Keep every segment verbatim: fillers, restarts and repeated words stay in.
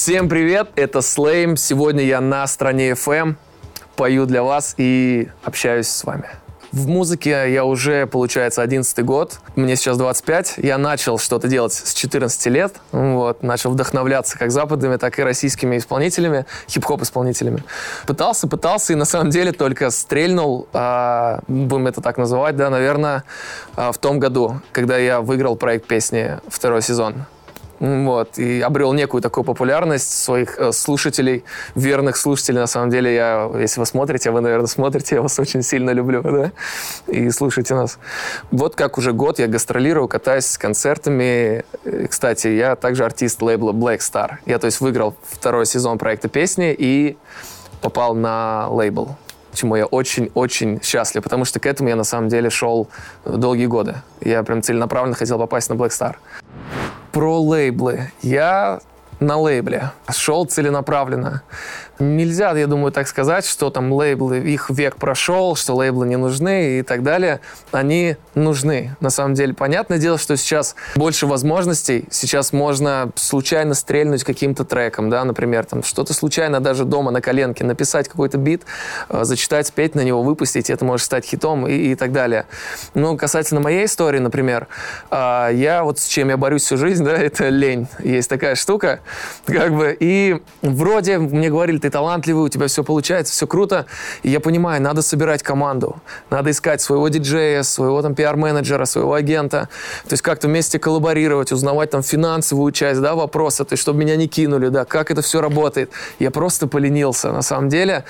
Всем привет, это Слейм. Сегодня я на Стране эф эм, пою для вас и общаюсь с вами. В музыке я уже, получается, одиннадцатый год, мне сейчас двадцать пять. Я начал что-то делать с четырнадцати лет, вот, начал вдохновляться как западными, так и российскими исполнителями, хип-хоп-исполнителями. Пытался, пытался и на самом деле только стрельнул, а, будем это так называть, да, наверное, а, в том году, когда я выиграл проект песни второй сезон. Вот, и обрел некую такую популярность своих э, слушателей, верных слушателей. На самом деле, я, если вы смотрите, а вы, наверное, смотрите, я вас очень сильно люблю, да, и слушайте нас. Вот как уже год я гастролирую, катаюсь с концертами. И, кстати, я также артист лейбла Black Star. Я, то есть, выиграл второй сезон проекта песни и попал на лейбл, чему я очень-очень счастлив, потому что к этому я, на самом деле, шел долгие годы. Я прям целенаправленно хотел попасть на Black Star. Про лейблы. Я на лейбле шел целенаправленно. Нельзя, я думаю, так сказать, что там лейблы, их век прошел, что лейблы не нужны и так далее. Они нужны. На самом деле, понятное дело, что сейчас больше возможностей. Сейчас можно случайно стрельнуть каким-то треком, да, например, там что-то случайно даже дома на коленке написать какой-то бит, э, зачитать, спеть на него, выпустить, и это может стать хитом и, и так далее. Ну, касательно моей истории, например, э, я вот с чем я борюсь всю жизнь, да, это лень. Есть такая штука, как бы, и вроде мне говорили, ты талантливый, у тебя все получается, все круто. И я понимаю, надо собирать команду. Надо искать своего диджея, своего там пиар-менеджера, своего агента. То есть как-то вместе коллаборировать, узнавать там финансовую часть, да, вопроса, то есть чтобы меня не кинули, да, как это все работает. Я просто поленился, на самом деле.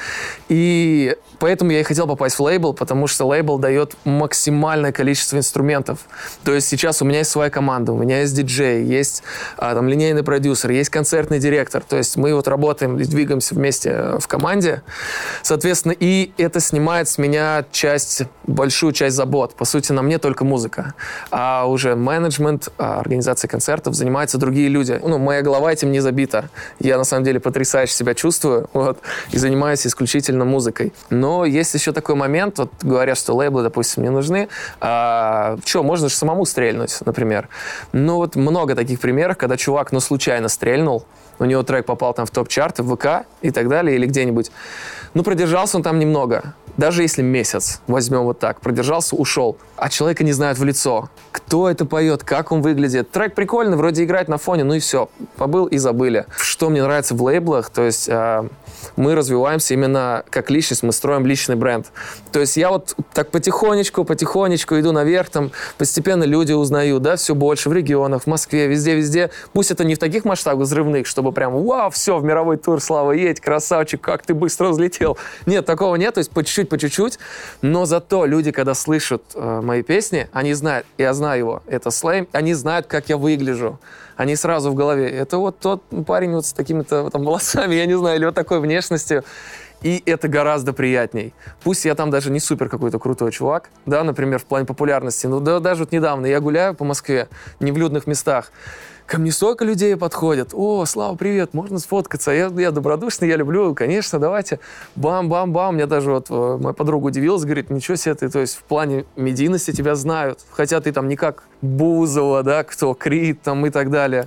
И поэтому я и хотел попасть в лейбл, потому что лейбл дает максимальное количество инструментов. То есть сейчас у меня есть своя команда, у меня есть диджей, есть а, там линейный продюсер, есть концертный директор. То есть мы вот работаем и двигаемся вместе в команде. Соответственно, и это снимает с меня часть, большую часть забот. По сути, на мне только музыка. А уже менеджмент, организация концертов занимаются другие люди. Ну, моя голова этим не забита. Я, на самом деле, потрясающе себя чувствую, вот, и занимаюсь исключительно музыкой. Но есть еще такой момент, вот говорят, что лейблы, допустим, не нужны. А, что, можно же самому стрельнуть, например. Ну, вот много таких примеров, когда чувак, ну, случайно стрельнул, у него трек попал там в топ-чарты, в ВК и так далее, или где-нибудь. Ну, продержался он там немного. Даже если месяц, возьмем вот так, продержался, ушел. А человека не знают в лицо. Кто это поет, как он выглядит. Трек прикольный, вроде играет на фоне, ну и все. Побыл и забыли. Что мне нравится в лейблах, то есть э, мы развиваемся именно как личность, мы строим личный бренд. То есть я вот так потихонечку, потихонечку иду наверх, там постепенно люди узнают, да, все больше в регионах, в Москве, везде-везде. Пусть это не в таких масштабах взрывных, чтобы прям, вау, все, в мировой тур, Слава, едь, красавчик, как ты быстро взлетел. Нет, такого нет, то есть по чуть-чуть, по чуть-чуть, но зато люди, когда слышат э, мои песни, они знают, я знаю его, это Слейм, они знают, как я выгляжу. Они сразу в голове, это вот тот парень вот с такими-то там волосами, я не знаю, или вот такой внешностью. И это гораздо приятней. Пусть я там даже не супер какой-то крутой чувак, да, например, в плане популярности, но да, даже вот недавно я гуляю по Москве, не в людных местах, ко мне столько людей подходят. О, Слава, привет, можно сфоткаться? Я, я добродушный, я люблю, конечно, давайте. Бам-бам-бам. Меня даже вот моя подруга удивилась, говорит, ничего себе ты, то есть в плане медийности тебя знают. Хотя ты там не как Бузова, да, кто, Крид там и так далее.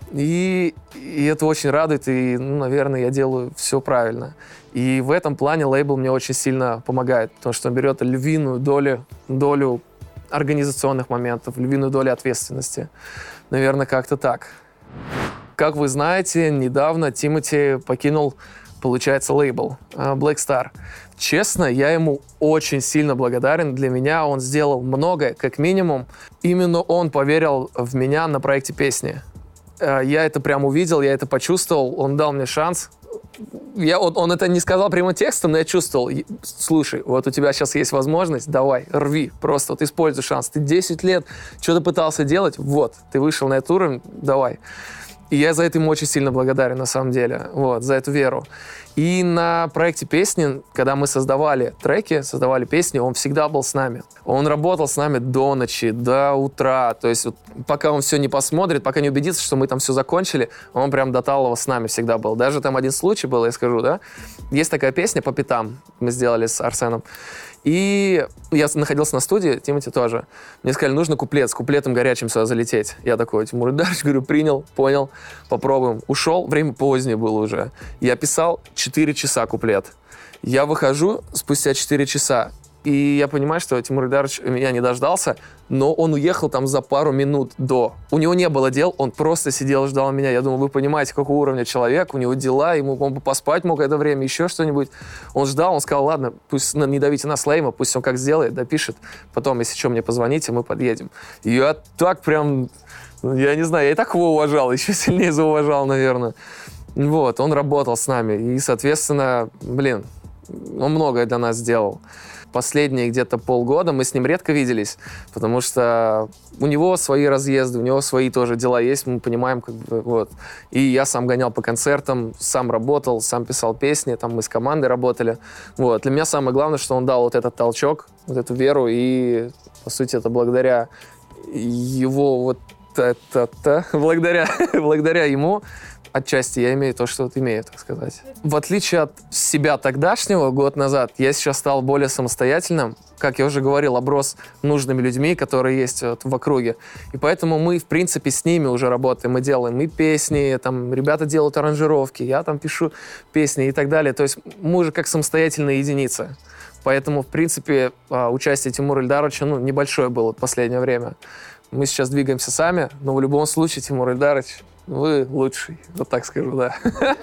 И, и это очень радует, и, ну, наверное, я делаю все правильно. И в этом плане лейбл мне очень сильно помогает, потому что он берет львиную долю, долю организационных моментов, львиную долю ответственности. Наверное, как-то так. Как вы знаете, недавно Тимати покинул, получается, лейбл Black Star. Честно, я ему очень сильно благодарен. Для меня он сделал многое, как минимум. Именно он поверил в меня на проекте песни. Я это прям увидел, я это почувствовал. Он дал мне шанс. Я, он, он это не сказал прямым текстом, но я чувствовал. Слушай, вот у тебя сейчас есть возможность, давай, рви, просто вот используй шанс. Ты десять лет что-то пытался делать, вот, ты вышел на этот уровень, давай. И я за это ему очень сильно благодарен, на самом деле, вот, за эту веру. И на проекте песни, когда мы создавали треки, создавали песни, он всегда был с нами. Он работал с нами до ночи, до утра. То есть вот, пока он все не посмотрит, пока не убедится, что мы там все закончили, он прям до талого с нами всегда был. Даже там один случай был, я скажу, да? есть такая песня «По пятам», мы сделали с Арсеном. И я находился на студии, Тимати тоже. Мне сказали, нужно куплет, с куплетом горячим сюда залететь. Я такой, Тимур Ильдарович, говорю, принял, понял, попробуем. Ушел, время позднее было уже. Я писал четыре часа куплет. Я выхожу спустя четыре часа. И я понимаю, что Тимур Ильдарович меня не дождался, но он уехал там за пару минут до. У него не было дел, он просто сидел и ждал меня. Я думаю, вы понимаете, какого уровня человек, у него дела, ему он бы поспать мог это время, еще что-нибудь. Он ждал, он сказал, ладно, пусть не давите на Слейма, пусть он как сделает, допишет. Потом, если что, мне позвоните, мы подъедем. И я так прям, я не знаю, я и так его уважал, еще сильнее зауважал, наверное. Вот, он работал с нами, и, соответственно, блин, он многое для нас сделал. Последние где-то полгода мы с ним редко виделись, потому что у него свои разъезды, у него свои тоже дела есть, мы понимаем, как бы, вот. И я сам гонял по концертам, сам работал, сам писал песни, там мы с командой работали. Вот. Для меня самое главное, что он дал вот этот толчок, вот эту веру, и, по сути, это благодаря его вот это-то, благодаря, благодаря ему отчасти я имею то, что вот имею, так сказать. В отличие от себя тогдашнего, год назад, я сейчас стал более самостоятельным. Как я уже говорил, оброс нужными людьми, которые есть вот в округе. И поэтому мы, в принципе, с ними уже работаем. Мы делаем и песни, там, ребята делают аранжировки, я там пишу песни и так далее. То есть мы уже как самостоятельная единица. Поэтому, в принципе, участие Тимура Ильдаровича ну, небольшое было в последнее время. Мы сейчас двигаемся сами, но в любом случае, Тимур Ильдарович, вы лучший, вот так скажу, да.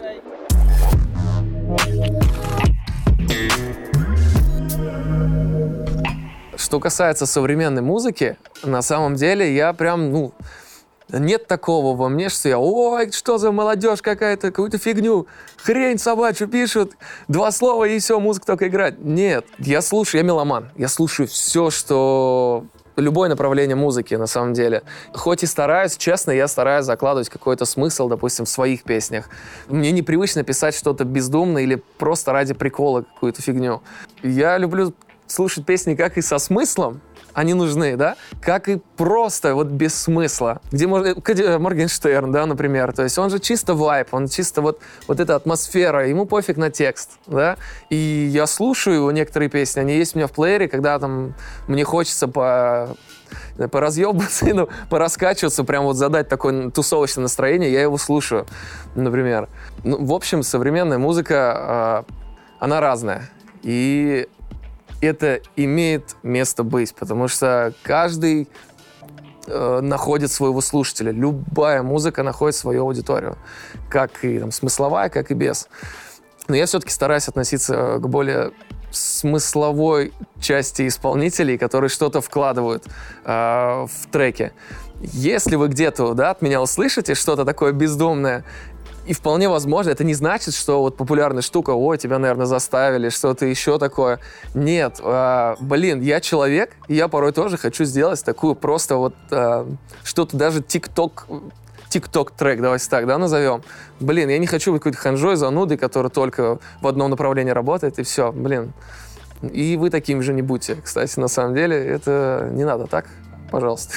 Что касается современной музыки, на самом деле я прям, ну, нет такого во мне, что я, ой, что за молодежь какая-то, какую-то фигню, хрень собачью пишут, два слова и все, музыка только играть. Нет, я слушаю, я меломан, я слушаю все, что... Любое направление музыки, на самом деле. Хоть и стараюсь, честно, я стараюсь закладывать какой-то смысл, допустим, в своих песнях. Мне непривычно писать что-то бездумное или просто ради прикола какую-то фигню. Я люблю слушать песни как и со смыслом, они нужны, да, как и просто вот без смысла. Где можно... Моргенштерн, да, например, то есть он же чисто вайб, он чисто вот, вот эта атмосфера, ему пофиг на текст, да, и я слушаю некоторые песни, они есть у меня в плеере, когда там мне хочется по... поразъебаться, ну, пораскачиваться, прям вот задать такое тусовочное настроение, я его слушаю, например. Ну, в общем, современная музыка, э, она разная, и это имеет место быть, потому что каждый э, находит своего слушателя. Любая музыка находит свою аудиторию, как и там, смысловая, как и без. Но я все-таки стараюсь относиться к более смысловой части исполнителей, которые что-то вкладывают э, в треки. Если вы где-то, да, от меня услышите что-то такое бездумное, и вполне возможно, это не значит, что вот популярная штука, ой, тебя, наверное, заставили, что-то еще такое. Нет, э, блин, я человек, и я порой тоже хочу сделать такую просто вот э, что-то даже тик-ток, тик-ток-трек, давайте так, да, назовем. Блин, я не хочу быть какой-то ханжой, занудой, который только в одном направлении работает, и все, блин. И вы таким же не будьте, кстати, на самом деле, это не надо так, пожалуйста.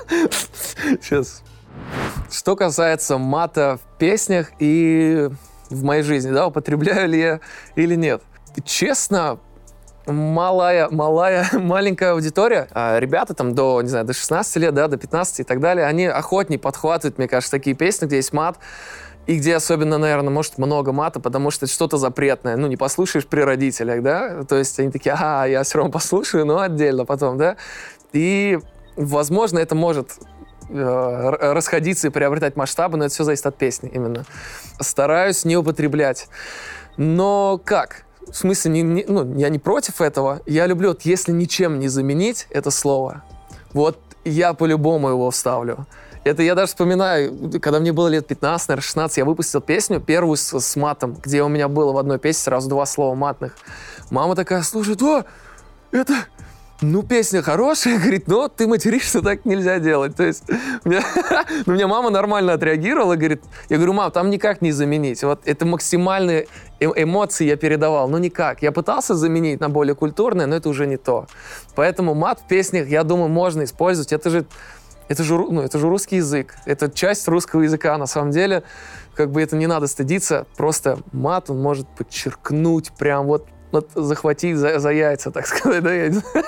Сейчас. Что касается мата в песнях и в моей жизни, да, употребляю ли я или нет. Честно, малая, малая, маленькая аудитория, а ребята там до, не знаю, до шестнадцати лет, да, до пятнадцати и так далее, они охотнее подхватывают, мне кажется, такие песни, где есть мат, и где особенно, наверное, может много мата, потому что это что-то запретное. Ну, не послушаешь при родителях, да, то есть они такие, ага, я все равно послушаю, но отдельно потом, да, и, возможно, это может расходиться и приобретать масштабы, но это все зависит от песни именно. Стараюсь не употреблять. Но как? В смысле, не, не, ну, я не против этого. Я люблю, вот, если ничем не заменить это слово, вот я по-любому его вставлю. Это я даже вспоминаю, когда мне было лет пятнадцать, наверное, шестнадцать, я выпустил песню, первую с, с матом, где у меня было в одной песне сразу два слова матных. Мама такая слушает, о, это... Ну, песня хорошая, говорит, но ты материшься, так нельзя делать. То есть, у меня, у меня мама нормально отреагировала, говорит, я говорю, мам, там никак не заменить. Вот это максимальные э- эмоции я передавал, но никак. Я пытался заменить на более культурное, но это уже не то. Поэтому мат в песнях, я думаю, можно использовать. Это же, это же, ну, это же русский язык, это часть русского языка на самом деле. как бы это не надо стыдиться, просто мат он может подчеркнуть, прям вот, вот захватить за, за яйца, так сказать, да?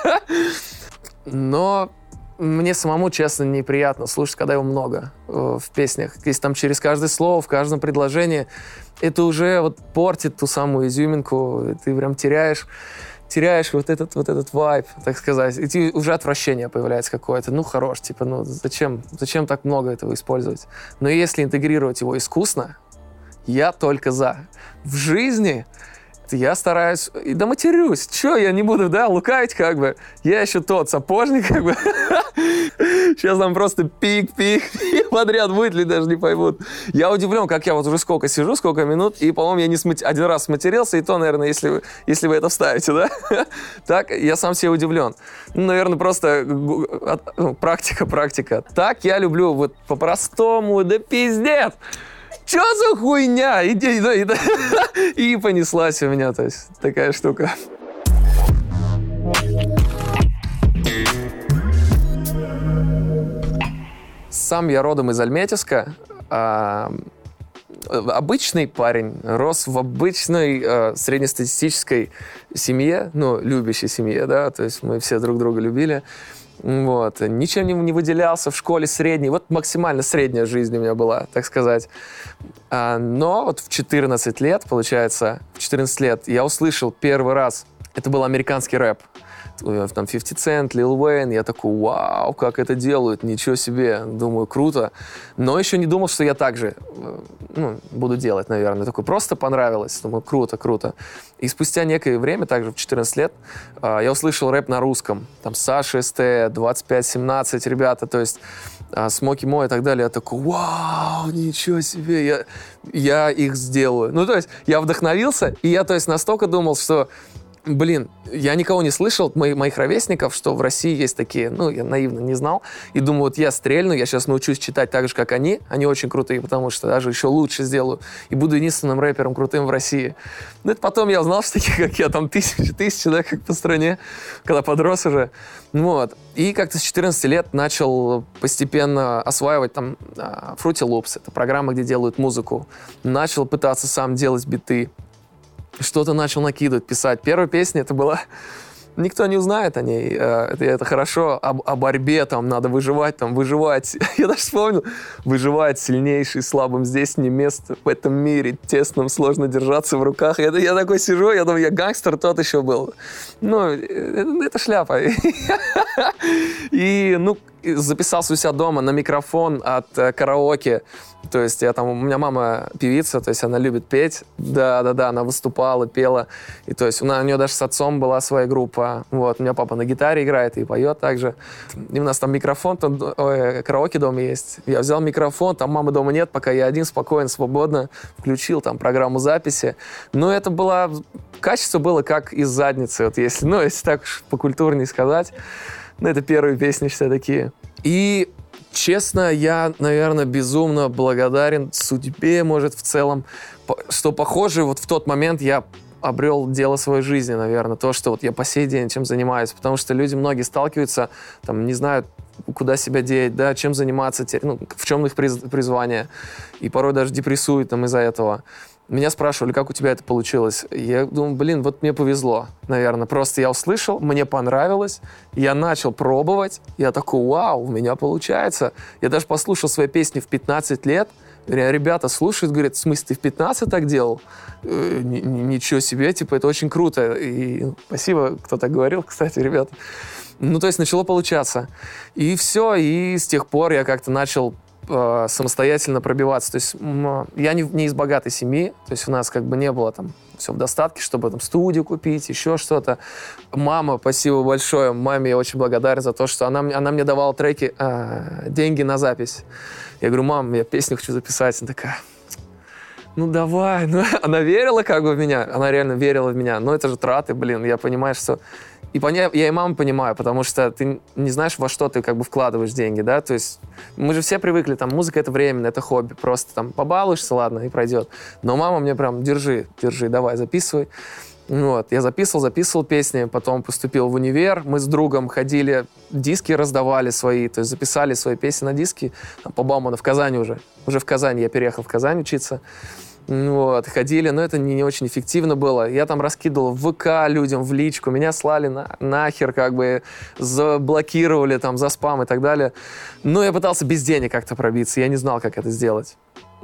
Но мне самому, честно, неприятно слушать, когда его много э, в песнях. Если там через каждое слово, в каждом предложении, это уже вот портит ту самую изюминку, и ты прям теряешь, теряешь вот этот, вот этот вайб, так сказать. И ты, уже отвращение появляется какое-то. Ну, хорош, типа, ну, зачем, зачем так много этого использовать? Но если интегрировать его искусно, я только за. В жизни... Я стараюсь, и да матерюсь, чё, я не буду, да, лукавить, как бы. Я еще тот сапожник, как бы. Сейчас там просто пик-пик подряд будет, ли даже не поймут. Я удивлен, как я вот уже сколько сижу, сколько минут, и, по-моему, я не смати... один раз сматерился, и то, наверное, если вы, если вы это вставите, да? Так, я сам себе удивлен. Ну, наверное, просто ну, практика, практика. Так я люблю вот по-простому, да пиздец. Чё за хуйня? Иди, иди, иди. И понеслась у меня, то есть такая штука. Сам я родом из Альметьевска. А, обычный парень, рос в обычной а, среднестатистической семье, ну, любящей семье, да, то есть мы все друг друга любили. Вот. Ничем не, не выделялся в школе средней. Вот максимально средняя жизнь у меня была, так сказать. А, но вот в четырнадцать лет, получается, в четырнадцать лет я услышал первый раз, это был американский рэп. Там фифти Cent, Lil Wayne. Я такой, вау, как это делают, ничего себе. Думаю, круто. Но еще не думал, что я так же ну, буду делать, наверное. Такой, просто понравилось. Думаю, круто, круто. И спустя некое время, также в четырнадцать лет, я услышал рэп на русском. Там Саша СТ, двадцать пять семнадцать, ребята, то есть Смоки Мо и так далее. Я такой, вау, ничего себе, я, я их сделаю. Ну, то есть я вдохновился, и я, то есть, настолько думал, что блин, я никого не слышал, моих, моих ровесников, что в России есть такие, ну, я наивно не знал, и думаю, вот я стрельну, я сейчас научусь читать так же, как они, они очень крутые, потому что даже еще лучше сделаю, и буду единственным рэпером крутым в России. Ну, это потом я узнал, что такие, как я, там тысячи, тысячи, да, как по стране, когда подрос уже, вот. И как-то с четырнадцати лет начал постепенно осваивать там Fruity Loops, это программа, где делают музыку, начал пытаться сам делать биты, что-то начал накидывать, писать. Первая песня это была... Никто не узнает о ней. Это, это хорошо. О, о борьбе, там, надо выживать, там, выживать. Я даже вспомнил. Выживать сильнейший, слабым здесь не место. В этом мире тесном сложно держаться в руках. Я, я такой сижу, я думаю, я гангстер тот еще был. Ну, это, это шляпа. И, ну, записался у себя дома на микрофон от караоке. То есть я там, у меня мама певица, то есть она любит петь. Да-да-да, она выступала, пела. И то есть у, у нее даже с отцом была своя группа. Вот, у меня папа на гитаре играет и поет также. И у нас там микрофон, там ой, караоке дома есть. Я взял микрофон, там мамы дома нет, пока я один, спокойно, свободно включил там программу записи. Но это было... Качество было как из задницы, вот если, ну, если так уж покультурнее сказать. Ну, это первые песни все такие. И... Честно, я, наверное, безумно благодарен судьбе, может, в целом, что, похоже, вот в тот момент я обрел дело своей жизни, наверное, то, что вот я по сей день чем занимаюсь, потому что люди многие сталкиваются, там, не знают, куда себя деть, да, чем заниматься, ну, в чем их приз- призвание, и порой даже депрессуют там из-за этого. Меня спрашивали, как у тебя это получилось. Я думаю, блин, вот мне повезло, наверное. Просто я услышал, мне понравилось, я начал пробовать, я такой, вау, у меня получается. Я даже послушал свои песни в пятнадцать лет, ребята слушают, говорят, в смысле, ты в пятнадцать так делал? Э, ничего себе, типа, это очень круто. И спасибо, кто так говорил, кстати, ребята. Ну, то есть начало получаться. И все, и с тех пор я как-то начал э, самостоятельно пробиваться. То есть м- я не, не из богатой семьи, то есть у нас как бы не было там все в достатке, чтобы там студию купить, еще что-то. Мама, спасибо большое, маме я очень благодарен за то, что она, она мне давала треки, э, деньги на запись. Я говорю, мам, я песню хочу записать. Она такая, ну давай. Ну, она верила как бы в меня, она реально верила в меня. Но это же траты, блин, я понимаю, что... И поня... я и маму понимаю, потому что ты не знаешь, во что ты как бы вкладываешь деньги, да, то есть мы же все привыкли, там, музыка — это временно, это хобби, просто там побалуешься, ладно, и пройдет. Но мама мне прям, держи, держи, давай, записывай. Вот, я записывал, записывал песни, потом поступил в универ, мы с другом ходили, диски раздавали свои, то есть записали свои песни на диски, там, по Бауману, в Казани уже, уже в Казани, я переехал в Казань учиться, вот, ходили, но это не, не очень эффективно было, я там раскидывал в ВК людям, в личку, меня слали на, нахер, как бы, заблокировали там за спам и так далее, но я пытался без денег как-то пробиться, я не знал, как это сделать.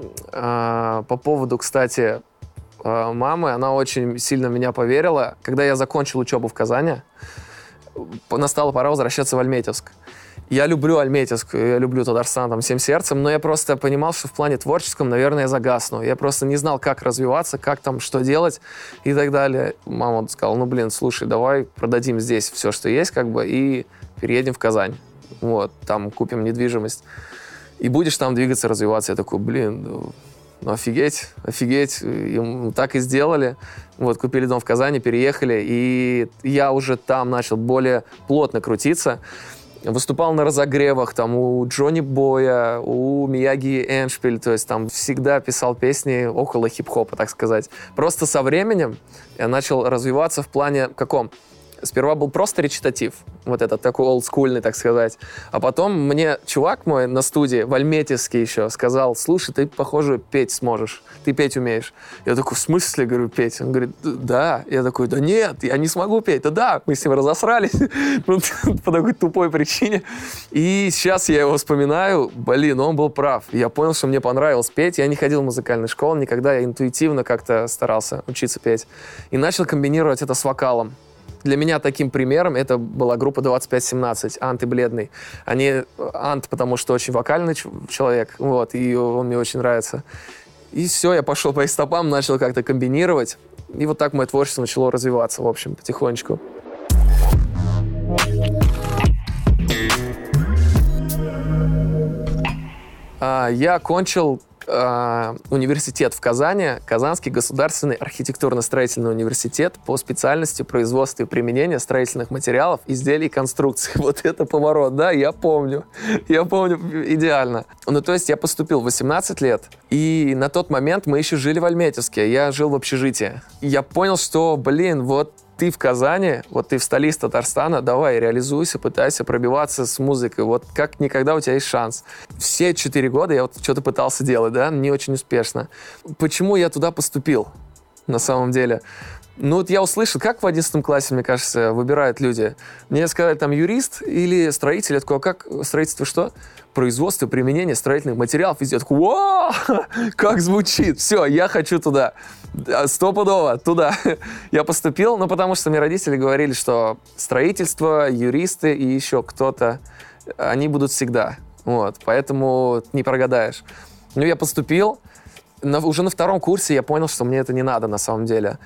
А, по поводу, кстати, мамы, она очень сильно в меня поверила. Когда я закончил учебу в Казани, настала пора возвращаться в Альметьевск. Я люблю Альметьевск, я люблю Татарстан там, всем сердцем, но я просто понимал, что в плане творческом, наверное, я загасну. Я просто не знал, как развиваться, как там, что делать и так далее. Мама сказала, ну, блин, слушай, давай продадим здесь все, что есть, как бы, и переедем в Казань. Вот, там купим недвижимость. И будешь там двигаться, развиваться. Я такой, блин, ну, офигеть, офигеть. И так и сделали. Вот, купили дом в Казани, переехали. И я уже там начал более плотно крутиться. Выступал на разогревах там у Джонни Боя, у Мияги Эншпиль. То есть там всегда писал песни около хип-хопа, так сказать. Просто со временем я начал развиваться в плане каком? Сперва был просто речитатив, вот этот такой олдскульный, так сказать. А потом мне чувак мой на студии, в Альметьевске еще, сказал, слушай, ты, похоже, петь сможешь, ты петь умеешь. Я такой, в смысле, говорю, петь? Он говорит, да. Я такой, да нет, я не смогу петь. Да да, мы с ним разосрались по такой тупой причине. И сейчас я его вспоминаю, блин, он был прав. Я понял, что мне понравилось петь. Я не ходил в музыкальную школу никогда, я интуитивно как-то старался учиться петь. И начал комбинировать это с вокалом. Для меня таким примером это была группа двадцать пять семнадцать, Ант и Бледный. Они, Ант, потому что очень вокальный человек, вот, и он мне очень нравится. И все, я пошел по их стопам, начал как-то комбинировать. И вот так мое творчество начало развиваться, в общем, потихонечку. А, я окончил а, университет в Казани, Казанский государственный архитектурно-строительный университет по специальности производства и применения строительных материалов, изделий и конструкций. Вот это поворот, да, я помню. Я помню идеально. Ну, то есть я поступил в восемнадцать лет, и на тот момент мы еще жили в Альметьевске, я жил в общежитии. И я понял, что, блин, вот ты в Казани, вот ты в столице Татарстана, давай, реализуйся, пытайся пробиваться с музыкой. Вот как никогда у тебя есть шанс. Все четыре года я вот что-то пытался делать, да, не очень успешно. Почему я туда поступил, на самом деле? Ну, вот я услышал, как в одиннадцатом классе, мне кажется, выбирают люди. Мне сказали, там, юрист или строитель. Я такой, а как строительство что? Производство и применение строительных материалов. Везде. Я такой, вау, как звучит. Все, я хочу туда. Стопудово, туда. Я поступил, ну, потому что мне родители говорили, что строительство, юристы и еще кто-то, они будут всегда. Вот, поэтому не прогадаешь. Ну, я поступил. На, уже на втором курсе я понял, что мне это не надо на самом деле.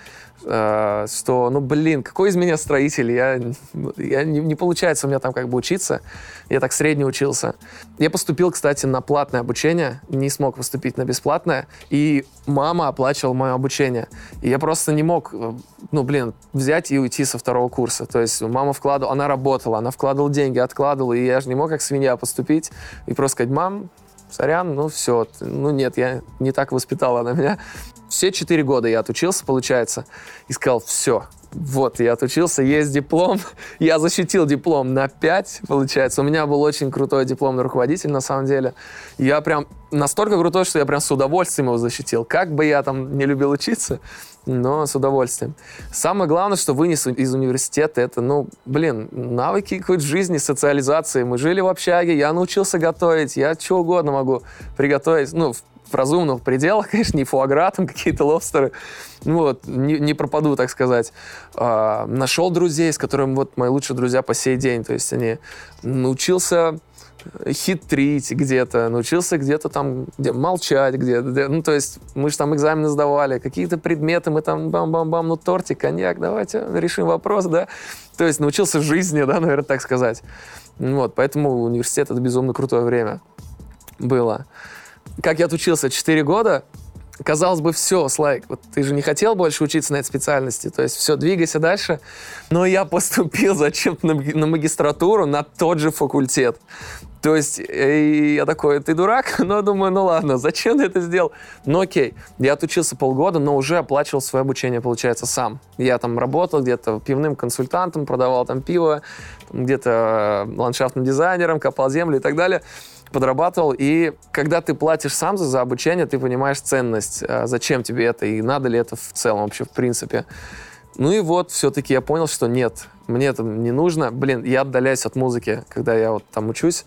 Э, что, ну, блин, какой из меня строитель? Я, я, не, не получается у меня там как бы учиться. Я так средне учился. Я поступил, кстати, на платное обучение. Не смог поступить на бесплатное. И мама оплачивала мое обучение. И я просто не мог, ну, блин, взять и уйти со второго курса. То есть мама вкладывала, она работала, она вкладывала деньги, откладывала. И я же не мог как свинья поступить и просто сказать, мам, сорян, ну все, ну нет, я не так воспитала она меня. Все четыре года я отучился, получается, и сказал, все, вот, я отучился, есть диплом, я защитил диплом на пять, получается. У меня был очень крутой дипломный руководитель, на самом деле. Я прям настолько крутой, что я прям с удовольствием его защитил. Как бы я там не любил учиться, но с удовольствием. Самое главное, что вынес из университета, это, ну, блин, навыки какой-то жизни, социализации. Мы жили в общаге, я научился готовить, я что угодно могу приготовить, ну, в разумных пределах, конечно, не фуагра, там какие-то лобстеры, ну вот, не, не пропаду, так сказать. А, нашел друзей, с которыми вот мои лучшие друзья по сей день, то есть они научился хитрить где-то, научился где-то там где, молчать где-то, где, ну, то есть мы же там экзамены сдавали, какие-то предметы, мы там бам-бам-бам, ну, тортик, коньяк, давайте решим вопрос, да, то есть научился жизни, да, наверное, так сказать. Вот, поэтому университет — это безумно крутое время было. Как я отучился четыре года, казалось бы, все, Слайк, вот ты же не хотел больше учиться на этой специальности, то есть все, двигайся дальше. Но я поступил зачем-то на, на магистратуру, на тот же факультет. То есть и я такой, ты дурак? Но думаю, ну ладно, зачем ты это сделал? Ну окей, я отучился полгода, но уже оплачивал свое обучение, получается, сам. Я там работал где-то пивным консультантом, продавал там пиво, где-то ландшафтным дизайнером, копал землю и так далее. Подрабатывал, и когда ты платишь сам за, за обучение, ты понимаешь ценность, а зачем тебе это, и надо ли это в целом вообще, в принципе. Ну и вот, все-таки я понял, что нет, мне это не нужно. Блин, я отдаляюсь от музыки, когда я вот там учусь,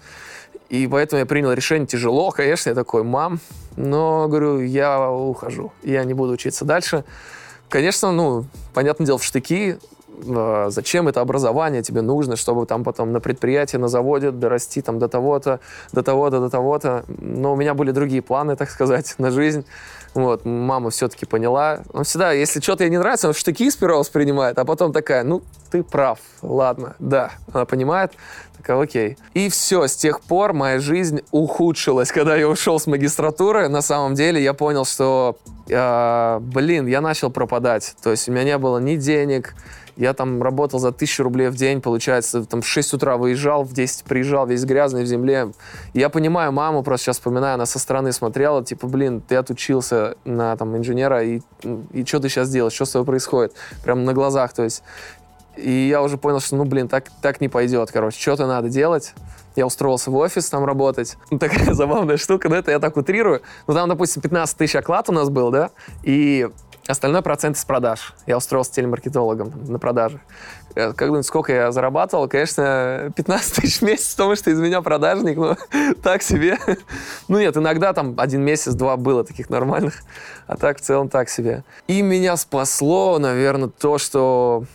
и поэтому я принял решение тяжело, конечно, я такой, мам, но, говорю, я ухожу, я не буду учиться дальше. Конечно, ну, понятное дело, в штыки. Зачем это образование тебе нужно, чтобы там потом на предприятии, на заводе дорасти там до того-то, до того-то, до того-то. Но у меня были другие планы, так сказать, на жизнь. Вот, мама все-таки поняла. Он всегда, если что-то ей не нравится, он в штыки сперва воспринимает, а потом такая, ну, ты прав, ладно, да. Она понимает, такая, окей. И все, с тех пор моя жизнь ухудшилась. Когда я ушел с магистратуры, на самом деле я понял, что, э, блин, я начал пропадать. То есть у меня не было ни денег. Я там работал за тысячу рублей в день, получается, там в шесть утра выезжал, в десять приезжал, весь грязный в земле. И я понимаю маму, просто сейчас вспоминаю, она со стороны смотрела, типа, блин, ты отучился на там инженера, и, и что ты сейчас делаешь, что с тобой происходит? Прям на глазах, то есть. И я уже понял, что, ну, блин, так, так не пойдет, короче, что-то надо делать. Я устроился в офис там работать. Ну, такая забавная штука, но это я так утрирую. Ну, там, допустим, пятнадцать тысяч оклад у нас был, да, и остальной процент из продаж. Я устроился телемаркетологом на продажах. Как думаете, сколько я зарабатывал? Конечно, пятнадцать тысяч в месяц, потому что из меня продажник, ну, так себе. Ну нет, иногда там один месяц-два было таких нормальных, а так в целом так себе. И меня спасло, наверное, то, что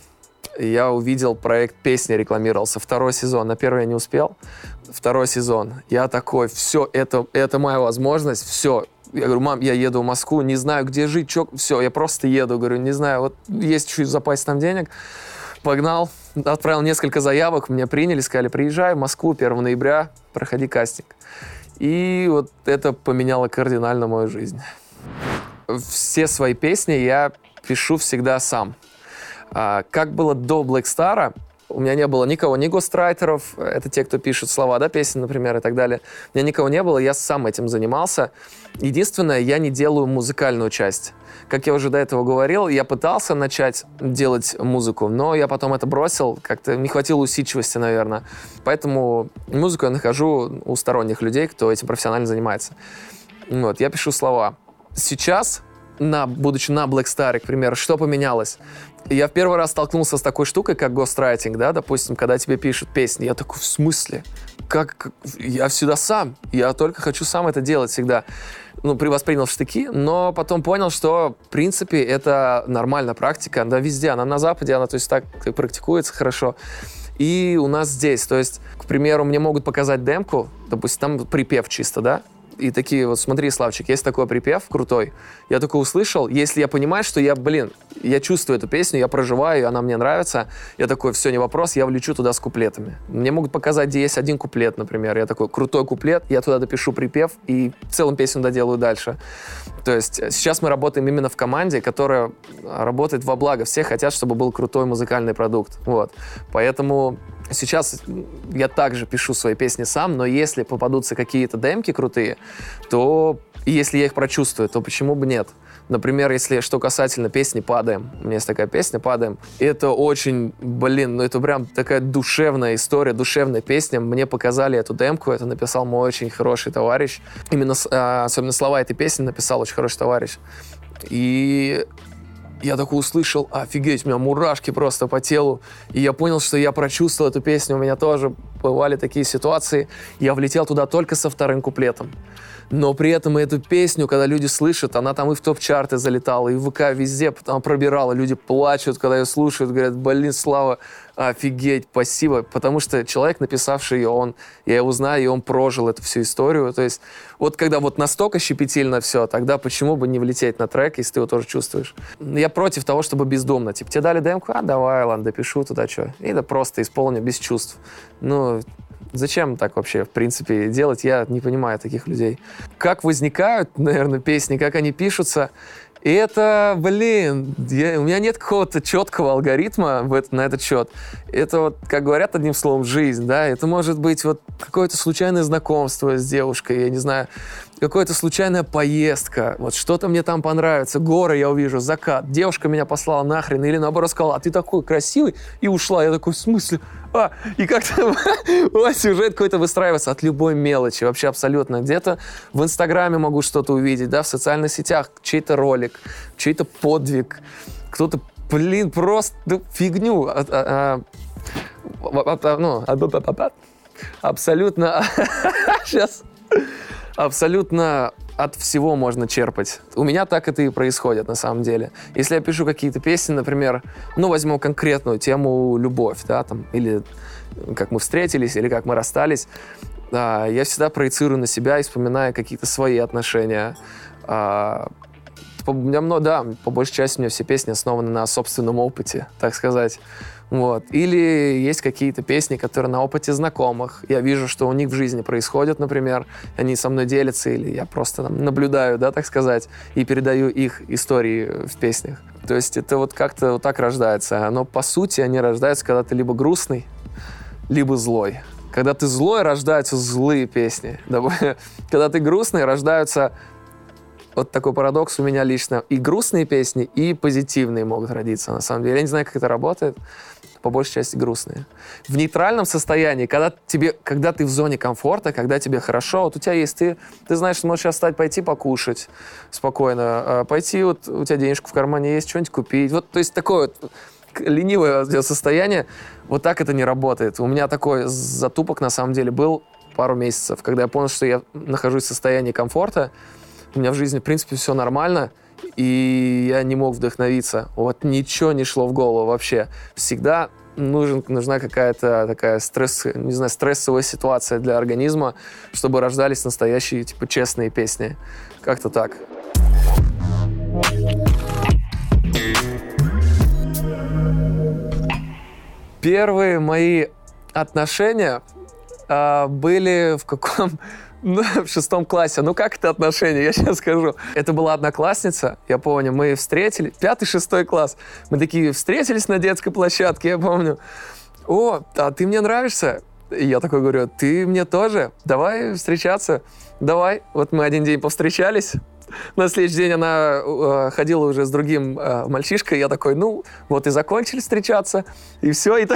я увидел проект «Песня» рекламировался. Второй сезон. На первый я не успел. Второй сезон. Я такой, все, это, это моя возможность, все. Я говорю, мам, я еду в Москву, не знаю, где жить, чё, все, я просто еду, говорю, не знаю, вот есть чуть-чуть в запасе там денег. Погнал, отправил несколько заявок, меня приняли, сказали, приезжай в Москву первого ноября, проходи кастинг. И вот это поменяло кардинально мою жизнь. Все свои песни я пишу всегда сам. А, как было до Black Star, у меня не было никого, ни гострайтеров, это те, кто пишет слова, да, песен, например, и так далее. У меня никого не было, я сам этим занимался. Единственное, я не делаю музыкальную часть. Как я уже до этого говорил, я пытался начать делать музыку, но я потом это бросил, как-то не хватило усидчивости, наверное. Поэтому музыку я нахожу у сторонних людей, кто этим профессионально занимается. Вот, я пишу слова. Сейчас, на, будучи на Black Star, к примеру, что поменялось? Я в первый раз столкнулся с такой штукой, как гострайтинг, да, допустим, когда тебе пишут песни. Я такой, в смысле? Как, как? Я всегда сам. Я только хочу сам это делать всегда. Ну, воспринял в штыки, но потом понял, что, в принципе, это нормальная практика. Она везде, она на Западе, она, то есть, так практикуется хорошо. И у нас здесь, то есть, к примеру, мне могут показать демку, допустим, там припев чисто, да, и такие вот, смотри, Славчик, есть такой припев крутой. Я такой услышал, если я понимаю, что я, блин, я чувствую эту песню, я проживаю, она мне нравится, я такой, все, не вопрос, я влечу туда с куплетами. Мне могут показать, где есть один куплет, например. Я такой, крутой куплет, я туда допишу припев и в целом песню доделаю дальше. То есть сейчас мы работаем именно в команде, которая работает во благо. Все хотят, чтобы был крутой музыкальный продукт. Вот. Поэтому сейчас я также пишу свои песни сам, но если попадутся какие-то демки крутые, то если я их прочувствую, то почему бы нет? Например, если что касательно песни «Падаем». У меня есть такая песня «Падаем». Это очень, блин, ну это прям такая душевная история, душевная песня. Мне показали эту демку, это написал мой очень хороший товарищ. Именно, особенно слова этой песни написал очень хороший товарищ. И я такой услышал, офигеть, у меня мурашки просто по телу. И я понял, что я прочувствовал эту песню. У меня тоже бывали такие ситуации. Я влетел туда только со вторым куплетом. Но при этом эту песню, когда люди слышат, она там и в топ-чарты залетала, и в ВК везде потом пробирала. Люди плачут, когда ее слушают, говорят, блин, Слава, офигеть, спасибо. Потому что человек, написавший ее, он, я его знаю, и он прожил эту всю историю. То есть вот когда вот настолько щепетильно все, тогда почему бы не влететь на трек, если ты его тоже чувствуешь? Я против того, чтобы бездумно. Типа, тебе дали демку, а давай, ладно, допишу туда что. И да просто исполню без чувств. Ну, Зачем так вообще, в принципе, делать? Я не понимаю таких людей. Как возникают, наверное, песни, как они пишутся, и это, блин, я, у меня нет какого-то четкого алгоритма в это, на этот счет. Это вот, как говорят одним словом, жизнь, да, это может быть вот какое-то случайное знакомство с девушкой, я не знаю, какая-то случайная поездка, вот что-то мне там понравится, горы я увижу, закат, девушка меня послала нахрен, или наоборот сказала, а ты такой красивый, и ушла. Я такой, в смысле? А, и как-то сюжет какой-то выстраивается от любой мелочи, вообще абсолютно. Где-то в Инстаграме могу что-то увидеть, да, в социальных сетях чей-то ролик, чей-то подвиг, кто-то, блин, просто ну, фигню. А, а, а, а, ну, абсолютно... Сейчас... Абсолютно от всего можно черпать. У меня так это и происходит, на самом деле. Если я пишу какие-то песни, например, ну, возьму конкретную тему «Любовь», да, там, или «Как мы встретились», или «Как мы расстались», а, я всегда проецирую на себя и вспоминаю какие-то свои отношения. А, у меня много, да, по большей части у меня все песни основаны на собственном опыте, так сказать. Вот. Или есть какие-то песни, которые на опыте знакомых. Я вижу, что у них в жизни происходит, например, они со мной делятся, или я просто там, наблюдаю, да, так сказать, и передаю их истории в песнях. То есть это вот как-то вот так рождается. Но по сути они рождаются, когда ты либо грустный, либо злой. Когда ты злой, рождаются злые песни. Когда ты грустный, рождаются... Вот такой парадокс у меня лично. И грустные песни, и позитивные могут родиться, на самом деле. Я не знаю, как это работает. По большей части грустные. В нейтральном состоянии, когда, тебе, когда ты в зоне комфорта, когда тебе хорошо, вот у тебя есть, ты, ты знаешь, ты можешь сейчас встать, пойти покушать спокойно, пойти, вот у тебя денежку в кармане есть, что-нибудь купить. Вот, то есть такое вот ленивое состояние, вот так это не работает. У меня такой затупок, на самом деле, был пару месяцев, когда я понял, что я нахожусь в состоянии комфорта, у меня в жизни, в принципе, все нормально, и я не мог вдохновиться. Вот ничего не шло в голову вообще. Всегда нужен, нужна какая-то такая стресс, не знаю, стрессовая ситуация для организма, чтобы рождались настоящие, типа, честные песни. Как-то так. Первые мои отношения а, были в каком... Ну, в шестом классе. Ну, как это отношения? Я сейчас скажу. Это была одноклассница, я помню, мы встретились, пятый-шестой класс. Мы такие встретились на детской площадке, я помню. О, а ты мне нравишься? И я такой говорю, ты мне тоже? Давай встречаться. Давай. Вот мы один день повстречались. На следующий день она э, ходила уже с другим э, мальчишкой. Я такой, ну, вот и закончили встречаться. И все. И так...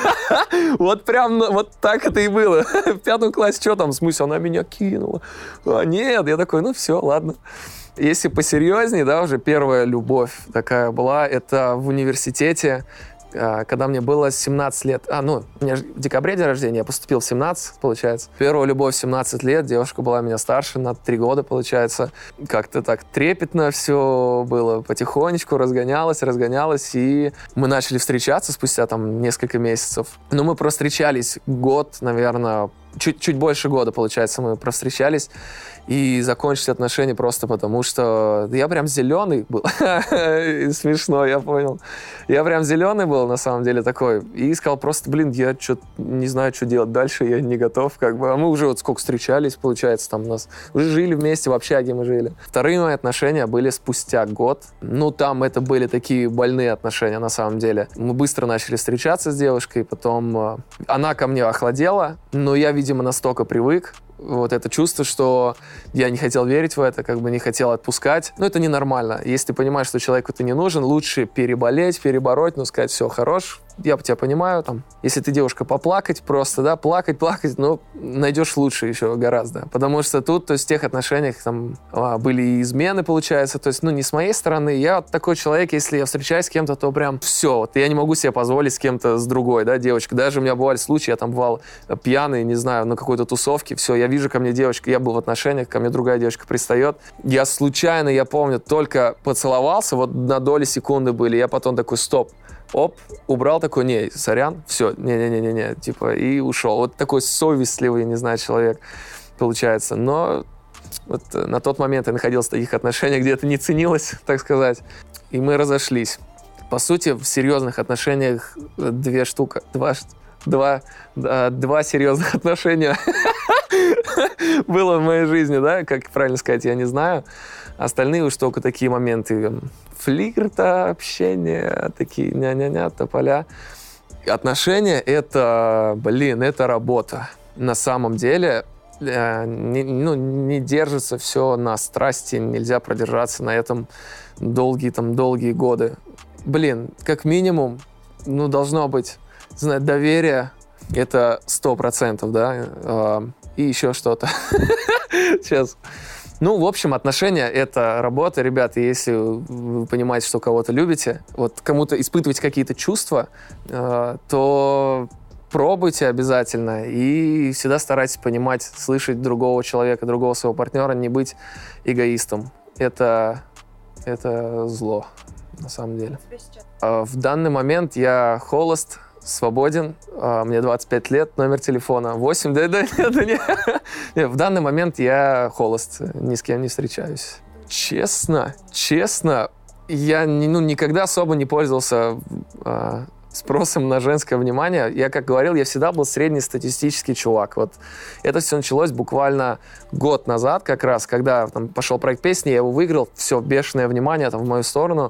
Вот прям вот так это и было. В пятом классе, что там, в смысле, она меня кинула. А, нет, я такой, ну все, ладно. Если посерьезнее, да, уже первая любовь такая была, это в университете, когда мне было семнадцать лет. А, ну, у меня в декабре день рождения, я поступил в семнадцать, получается. Первая любовь в семнадцать лет, девушка была меня старше на три года, получается. Как-то так трепетно все было, потихонечку разгонялось, разгонялось, и мы начали встречаться спустя там несколько месяцев. Но мы провстречались год, наверное, чуть, чуть больше года, получается, мы провстречались и закончили отношения просто потому, что я прям зеленый был. Смешно, я понял. Я прям зеленый был, на самом деле, такой. И сказал просто, блин, я что-то не знаю, что делать дальше, я не готов, как бы. А мы уже вот сколько встречались, получается, там у нас уже жили вместе, в общаге мы жили. Вторые мои отношения были спустя год. Ну, там это были такие больные отношения, на самом деле. Мы быстро начали встречаться с девушкой, потом она ко мне охладела, но я, видимо, настолько привык, вот это чувство, что я не хотел верить в это, как бы не хотел отпускать. Но это ненормально. Если ты понимаешь, что человеку ты не нужен, лучше переболеть, перебороть, ну, сказать, все, хорош, я тебя понимаю, там, если ты девушка, поплакать просто, да, плакать, плакать, ну, найдешь лучше еще гораздо. Потому что тут, то есть, в тех отношениях, там, были и измены, получается, то есть, ну, не с моей стороны. Я вот такой человек, если я встречаюсь с кем-то, то прям все, вот, я не могу себе позволить с кем-то, с другой, да, девочкой. Даже у меня бывали случаи, я там бывал пьяный, не знаю, на какой-то тусовке, все, я вижу ко мне девочка, я был в отношениях, ко мне другая девочка пристает. Я случайно, я помню, только поцеловался, вот на доли секунды были, я потом такой, стоп, оп, убрал такой, не, сорян, все, не-не-не-не, типа, и ушел. Вот такой совестливый, не знаю, человек получается. Но вот на тот момент я находился в таких отношениях, где это не ценилось, так сказать, и мы разошлись. По сути, в серьезных отношениях две штуки, два, два, два серьезных отношения было в моей жизни, да, как правильно сказать, я не знаю. Остальные уж только такие моменты флирта, общения, такие ня-ня-ня, тополя. Отношения — это, блин, это работа. На самом деле э, не, ну, не держится все на страсти, нельзя продержаться на этом долгие, там, долгие годы. Блин, как минимум, ну, должно быть, не знаю, доверие, это сто процентов, да, э, и еще что-то. Сейчас. Ну, в общем, отношения — это работа. Ребята, если вы понимаете, что кого-то любите, вот кому-то испытываете какие-то чувства, э, то пробуйте обязательно и всегда старайтесь понимать, слышать другого человека, другого своего партнера, не быть эгоистом. Это, это зло, на самом деле. Э, в данный момент я холост, свободен, мне двадцать пять лет, номер телефона восемь, да, да, да, да, нет. Нет, в данный момент я холост, ни с кем не встречаюсь. Честно, честно, я ну, никогда особо не пользовался а, спросом на женское внимание. Я, как говорил, я всегда был среднестатистический чувак. Вот это все началось буквально год назад как раз, когда там пошел проект песни, я его выиграл, все, бешеное внимание там в мою сторону.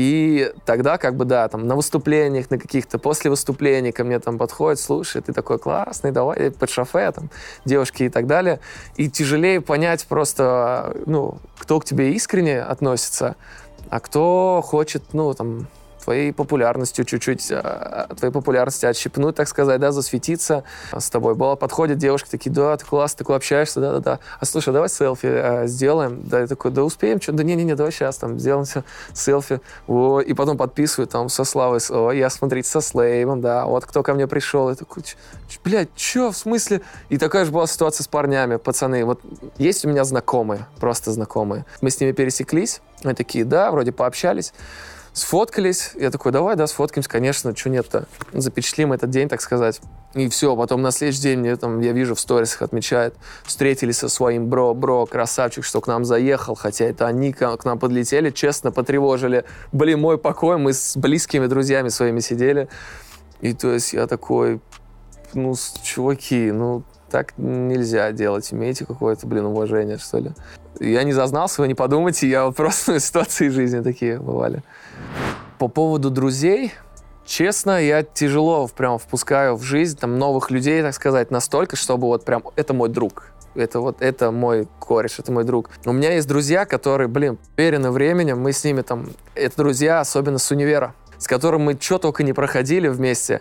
И тогда как бы, да, там на выступлениях, на каких-то, после выступлений ко мне там подходят, слушай, ты такой классный, давай, под шофе, там, девушки и так далее. И тяжелее понять просто, ну, кто к тебе искренне относится, а кто хочет, ну, там, твоей популярностью чуть-чуть, твоей популярности отщипнуть, так сказать, да, засветиться с тобой. Было, подходят девушки такие, да, ты класс, ты такой общаешься, да-да-да. А слушай, давай селфи а, сделаем. Да, я такой, да успеем, что? Да не-не-не, давай сейчас там сделаем селфи. О, и потом подписывают там со Славой, о, я, смотрите, со Слеймом, да, вот кто ко мне пришел. Я такой, блядь, что, в смысле? И такая же была ситуация с парнями, пацаны. Вот есть у меня знакомые, просто знакомые. Мы с ними пересеклись, они такие, да, вроде пообщались. Сфоткались, я такой, давай, да, сфоткаемся, конечно, что нет-то, запечатлим этот день, так сказать. И все, потом на следующий день мне там, я вижу, в сторисах отмечают, встретились со своим бро, бро, красавчик, что к нам заехал, хотя это они к, к нам подлетели, честно, потревожили. Блин, мой покой, мы с близкими друзьями своими сидели. И то есть я такой, ну, чуваки, ну, так нельзя делать, имейте какое-то, блин, уважение, что ли. Я не зазнался, вы не подумайте, я вот просто ситуации жизни такие бывали. По поводу друзей, честно, я тяжело прям впускаю в жизнь там новых людей, так сказать, настолько, чтобы вот прям это мой друг. Это вот, это мой кореш, это мой друг. У меня есть друзья, которые, блин, уверены временем, мы с ними там, это друзья, особенно с универа, с которым мы что только не проходили вместе,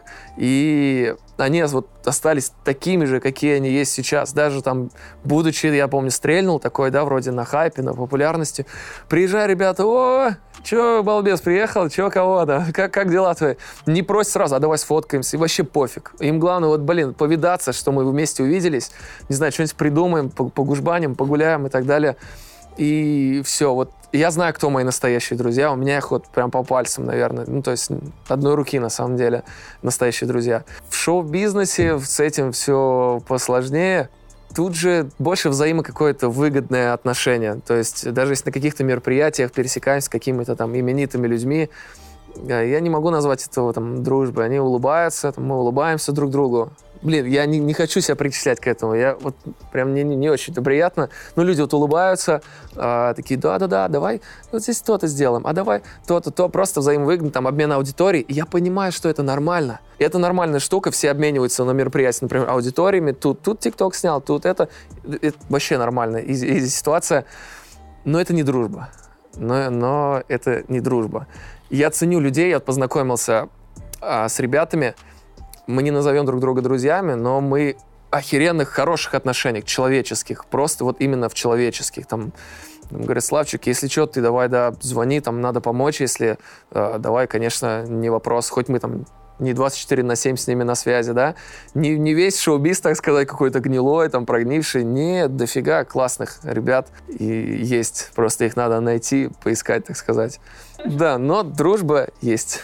и они вот остались такими же, какие они есть сейчас. Даже там, будучи, я помню, стрельнул такой, да, вроде на хайпе, на популярности. Приезжай, ребята, о, чё, балбес, приехал, чё, кого, да, как, как дела твои? Не просят сразу, а давай сфоткаемся, и вообще пофиг. Им главное, вот, блин, повидаться, что мы вместе увиделись, не знаю, что-нибудь придумаем, погужбаним, погуляем и так далее. И все, вот я знаю, кто мои настоящие друзья. У меня их вот прям по пальцам, наверное. Ну, то есть одной руки, на самом деле, настоящие друзья. В шоу-бизнесе с этим все посложнее. Тут же больше взаимо какое-то выгодное отношение. То есть даже если на каких-то мероприятиях пересекаемся с какими-то там именитыми людьми, я не могу назвать этого там дружбой. Они улыбаются, там, мы улыбаемся друг другу. Блин, я не, не хочу себя причислять к этому. Я вот прям мне не, не очень-то приятно. Но люди вот улыбаются, э, такие, да-да-да, давай вот здесь то-то сделаем, а давай то-то, то. Просто взаимовыгодно, там, обмен аудиторией. И я понимаю, что это нормально. И это нормальная штука, все обмениваются на мероприятиях, например, аудиториями. Тут, тут ТикТок снял, тут это. Это вообще нормально. И, и ситуация. Но это не дружба. Но, но это не дружба. Я ценю людей, я познакомился а, с ребятами. Мы не назовем друг друга друзьями, но мы охеренных, хороших отношениях, человеческих, просто вот именно в человеческих. Там, говорят, Славчик, если что, ты давай, да, звони, там надо помочь, если э, давай, конечно, не вопрос, хоть мы там не двадцать четыре на семь с ними на связи, да, не, не весь шоу-биз, так сказать, какой-то гнилой, там, прогнивший, нет, дофига классных ребят и есть, просто их надо найти, поискать, так сказать. Да, но дружба есть.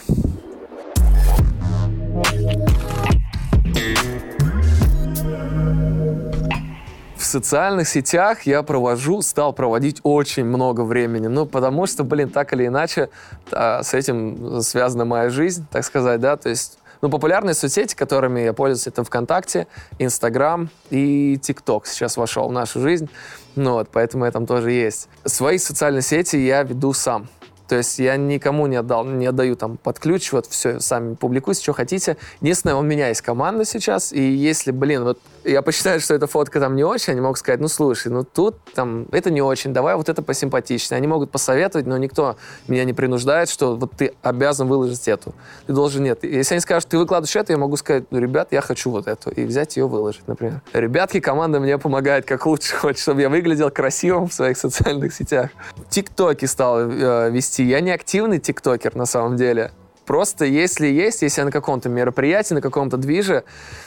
В социальных сетях я провожу, стал проводить очень много времени. Ну, потому что, блин, так или иначе, а, с этим связана моя жизнь, так сказать, да, то есть Ну, популярные соцсети, которыми я пользуюсь, это ВКонтакте, Инстаграм и ТикТок сейчас вошел в нашу жизнь. Ну, вот, поэтому я там тоже есть. Свои социальные сети я веду сам. То есть я никому не отдал, не отдаю там под ключ, вот все, сами публикуйте, что хотите. Единственное, у меня есть команда сейчас, и если, блин, вот я посчитаю, что эта фотка там не очень, они могут сказать, ну, слушай, ну, тут там это не очень, давай вот это посимпатичнее. Они могут посоветовать, но никто меня не принуждает, что вот ты обязан выложить эту. Ты должен, нет. Если они скажут, ты выкладываешь это, я могу сказать, ну, ребят, я хочу вот эту, и взять ее выложить, например. Ребятки, команда мне помогает как лучше, хочет, чтобы я выглядел красивым в своих социальных сетях. ТикТоки стал э, вести. Я не активный тиктокер на самом деле. Просто если есть, если я на каком-то мероприятии, на каком-то движе,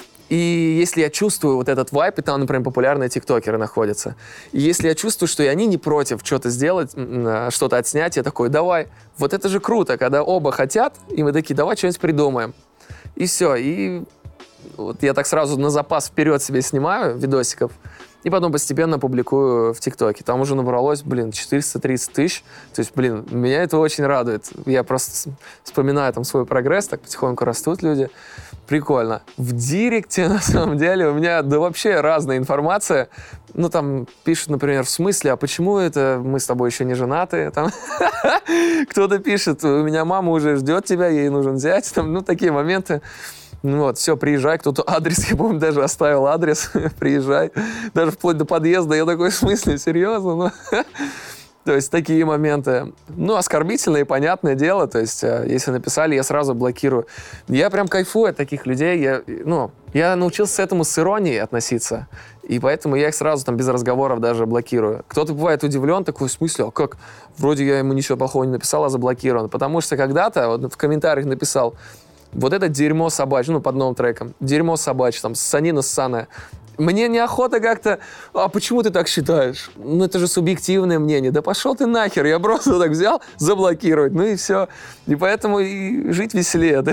и если я чувствую вот этот вайб, и там, например, популярные тиктокеры находятся, и если я чувствую, что и они не против что-то сделать, что-то отснять, я такой, давай. Вот это же круто, когда оба хотят, и мы такие, давай что-нибудь придумаем. И все. И вот я так сразу на запас вперед себе снимаю видосиков, и потом постепенно публикую в ТикТоке. Там уже набралось, блин, четыреста тридцать тысяч. То есть, блин, меня это очень радует. Я просто вспоминаю там свой прогресс, так потихоньку растут люди. Прикольно. В директе, на самом деле, у меня да вообще разная информация. Ну, там пишут, например, в смысле, а почему это мы с тобой еще не женаты? Там кто-то пишет, у меня мама уже ждет тебя, ей нужен зять. Там, ну, такие моменты. Ну вот, все, приезжай, кто-то адрес, я помню, даже оставил адрес, приезжай, даже вплоть до подъезда, я такой, в смысле, серьезно? Ну, то есть такие моменты, ну, оскорбительные, понятное дело, то есть если написали, я сразу блокирую. Я прям кайфую от таких людей, я, ну, я научился этому с иронией относиться, и поэтому я их сразу там без разговоров даже блокирую. Кто-то бывает удивлен, такой, в смысле, а как? Вроде я ему ничего плохого не написал, а заблокирован, потому что когда-то вот в комментариях написал, вот это дерьмо собачье, ну, под новым треком. Дерьмо собачье, там, ссанина ссаная. Мне неохота как-то... А почему ты так считаешь? Ну, это же субъективное мнение. Да пошел ты нахер. Я просто так взял, заблокировать. Ну и все. И поэтому и жить веселее.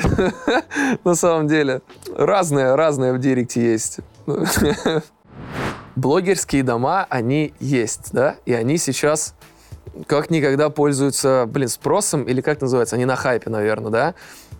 На самом деле. Разное, разное в директе есть. Блогерские дома, они есть, да? И они сейчас как никогда пользуются, блин, спросом. Или как называется? Они на хайпе, наверное, да?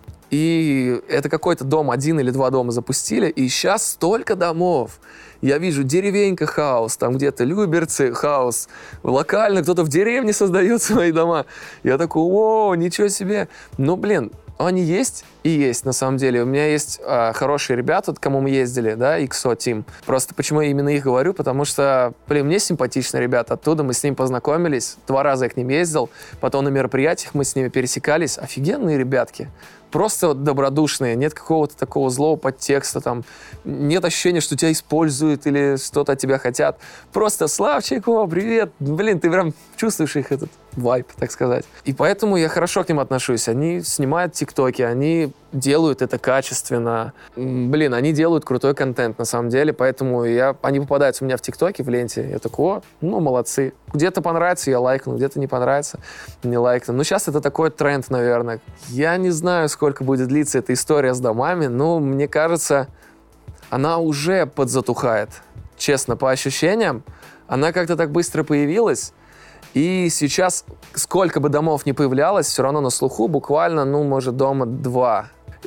И это какой-то дом, один или два дома запустили, и сейчас столько домов. Я вижу деревенька хаус, там где-то Люберцы хаус, локально кто-то в деревне создает свои дома. Я такой, о, ничего себе. Ну, блин, они есть и есть, на самом деле. У меня есть а, хорошие ребята, к кому мы ездили, да, икс о Team. Просто почему я именно их говорю, потому что, блин, мне симпатичные ребята. Оттуда мы с ними познакомились, два раза я к ним ездил, потом на мероприятиях мы с ними пересекались. Офигенные ребятки. Просто вот добродушные, нет какого-то такого злого подтекста, там, нет ощущения, что тебя используют или что-то от тебя хотят. Просто Славчик, о, привет, блин, ты прям чувствуешь их этот вайб, так сказать. И поэтому я хорошо к ним отношусь. Они снимают тиктоки, они делают это качественно. Блин, они делают крутой контент, на самом деле, поэтому я, они попадаются у меня в тиктоке, в ленте. Я такой, о, ну, молодцы. Где-то понравится, я лайкну, где-то не понравится, не лайкну. Ну, сейчас это такой тренд, наверное. Я не знаю, сколько будет длиться эта история с домами, но мне кажется, она уже подзатухает. Честно, по ощущениям, она как-то так быстро появилась, и сейчас, сколько бы домов ни появлялось, все равно на слуху буквально, ну, может, дома два.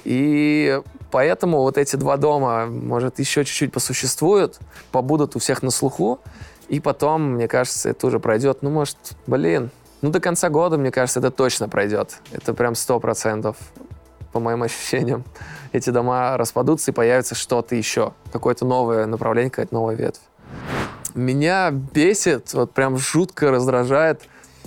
И поэтому вот эти два дома, может, еще чуть-чуть посуществуют, побудут у всех на слуху, и потом, мне кажется, это уже пройдет, ну, может, блин, ну, до конца года, мне кажется, это точно пройдет. Это прям сто процентов, по моим ощущениям. Эти дома распадутся, и появится что-то еще, какое-то новое направление, какая-то новая ветвь. Меня бесит, вот прям жутко раздражает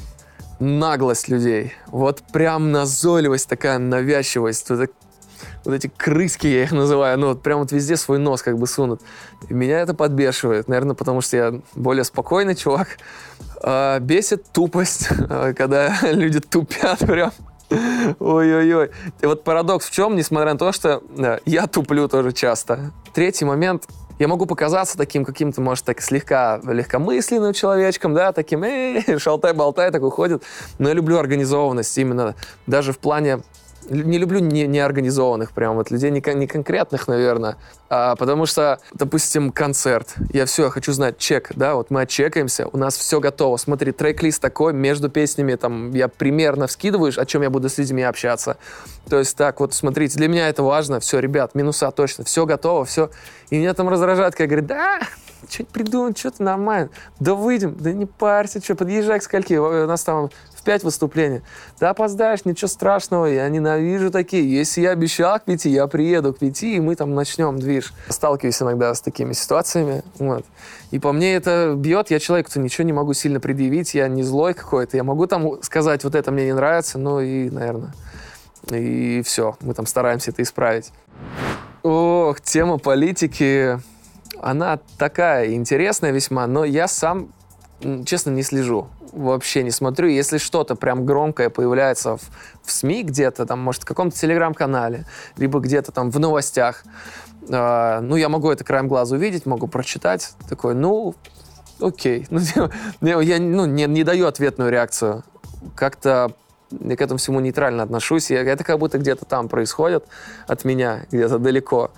наглость людей. Вот прям назойливость такая, навязчивость. Вот, вот эти крыски, я их называю, ну вот прям вот везде свой нос как бы сунут. И меня это подбешивает, наверное, потому что я более спокойный чувак. А, бесит тупость, когда люди тупят прям. Ой-ой-ой. И вот парадокс в чем, несмотря на то, что да, я туплю тоже часто. Третий момент. Я могу показаться таким каким-то, может, так слегка легкомысленным человечком, да, таким, эй, шалтай-болтай, так уходит. Но я люблю организованность именно даже в плане Не люблю не, неорганизованных прям вот людей, не, кон- не конкретных, наверное, а, потому что, допустим, концерт. Я все, я хочу знать чек, да, вот мы отчекаемся, у нас все готово. Смотри, трек-лист такой, между песнями там я примерно вскидываю, о чем я буду с людьми общаться. То есть так, вот смотрите, для меня это важно. Все, ребят, минуса точно, все готово, все. И меня там раздражает, когда говорят, да, что-то придумать, что-то нормально. Да выйдем, да не парься, что, подъезжай к скольки, у нас там в пять выступлений. Да опоздаешь, ничего страшного, я ненавижу такие. Если я обещал к пяти, я приеду к пяти, и мы там начнем движ. Сталкиваюсь иногда с такими ситуациями, вот. И по мне это бьет, я человек, кто ничего не могу сильно предъявить, я не злой какой-то, я могу там сказать, вот это мне не нравится, ну и, наверное, и все, мы там стараемся это исправить. Ох, тема политики, она такая интересная весьма, но я сам, честно, не слежу. Вообще не смотрю. Если что-то прям громкое появляется в, в СМИ где-то, там, может, в каком-то телеграм-канале, либо где-то там в новостях, э, ну, я могу это краем глаза увидеть, могу прочитать. Такой, ну, окей. Ну, я ну, не, не даю ответную реакцию. Как-то я к этому всему нейтрально отношусь. Я, это как будто где-то там происходит от меня, где-то далеко.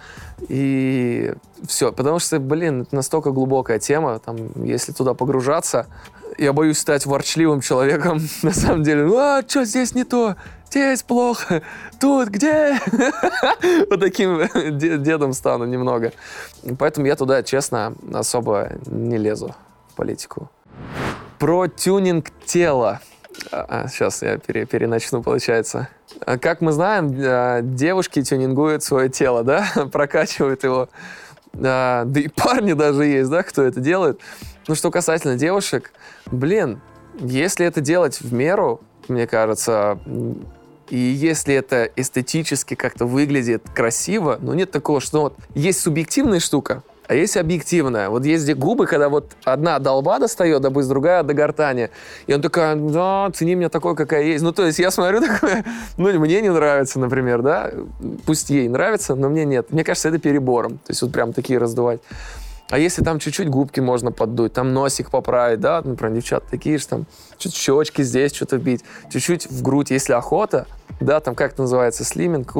И все. Потому что, блин, это настолько глубокая тема. Там, если туда погружаться, я боюсь стать ворчливым человеком. На самом деле, ну, а что здесь не то? Здесь плохо. Тут где? Вот таким дедом стану немного. Поэтому я туда, честно, особо не лезу в политику. Про тюнинг тела. А, сейчас я пере, переначну, получается. Как мы знаем, девушки тюнингуют свое тело, да, прокачивают его. Да, да и парни даже есть, да, кто это делает. Ну, что касательно девушек, блин, если это делать в меру, мне кажется, и если это эстетически как-то выглядит красиво, ну, нет такого, что вот есть субъективная штука, а есть объективная. Вот есть где губы, когда вот одна до лба достает, допустим, другая до гортани. И он такой, да, цени меня такой, какая есть. Ну, то есть я смотрю такое, ну, мне не нравится, например, да. Пусть ей нравится, но мне нет. Мне кажется, это перебором. То есть вот прям такие раздувать. А если там чуть-чуть губки можно поддуть, там носик поправить, да, например, девчата такие же, там, чуть щечки здесь что-то бить, чуть-чуть в грудь, если охота, да, там, как это называется, слиминг.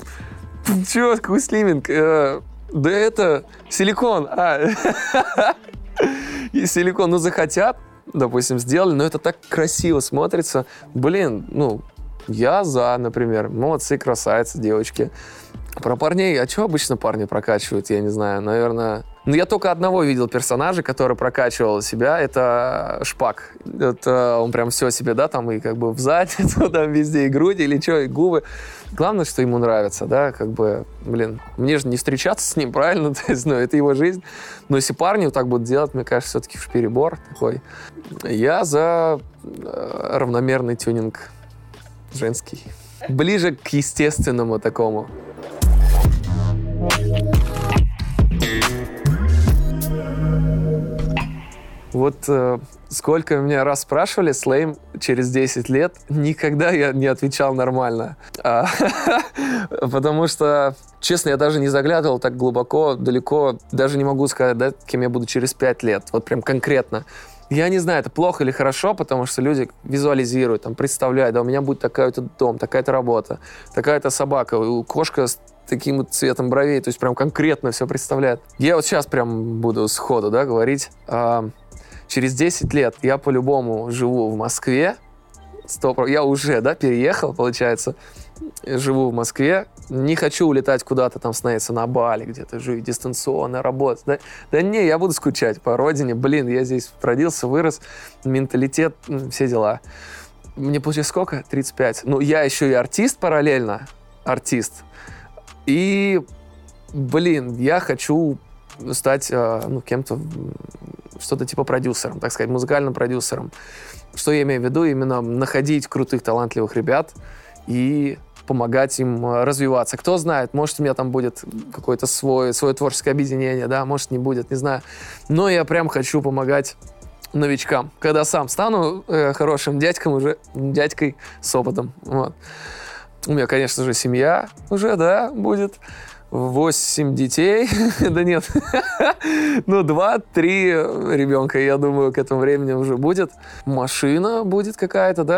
Чё, какой слиминг? Да это силикон. А. И силикон, ну, захотят, допустим, сделали, но это так красиво смотрится. Блин, ну, я за, например. Молодцы, красавицы, девочки. Про парней, а что обычно парни прокачивают, я не знаю, наверное... Ну, я только одного видел персонажа, который прокачивал себя, это Шпак. Это он прям все себе, да, там и как бы в задницу, там везде и груди, или что, и губы. Главное, что ему нравится, да, как бы, блин, мне же не встречаться с ним, правильно? То есть, ну, это его жизнь. Но если парни вот так будут делать, мне кажется, все-таки в перебор такой. Я за равномерный тюнинг женский. Ближе к естественному такому. Вот э, сколько меня раз спрашивали, Слэйм через десять лет, никогда я не отвечал нормально. А, потому что, честно, я даже не заглядывал так глубоко, далеко, даже не могу сказать, да, кем я буду через пять лет, вот прям конкретно. Я не знаю, это плохо или хорошо, потому что люди визуализируют, там, представляют, да, у меня будет такой-то дом, такая-то работа, такая-то собака, кошка с таким вот цветом бровей, то есть прям конкретно все представляет. Я вот сейчас прям буду сходу, да, говорить. А, через десять лет я по-любому живу в Москве, сто, я уже, да, переехал, получается, живу в Москве, не хочу улетать куда-то там, становиться на Бали, где-то жить дистанционно, работать. Да? да не, я буду скучать по родине, блин, я здесь родился, вырос, менталитет, все дела. Мне получается сколько? тридцать пять. Ну, я еще и артист параллельно, артист. И, блин, я хочу стать, ну, кем-то, что-то типа продюсером, так сказать, музыкальным продюсером. Что я имею в виду? Именно находить крутых, талантливых ребят и помогать им развиваться. Кто знает, может, у меня там будет какое-то свое, свое творческое объединение, да, может, не будет, не знаю. Но я прям хочу помогать новичкам. Когда сам стану э, хорошим дядьком, уже дядькой с опытом. Вот. У меня, конечно же, семья уже, да, будет. Восемь детей. Да нет. Ну, два-три ребенка, я думаю, к этому времени уже будет. Машина будет какая-то, да.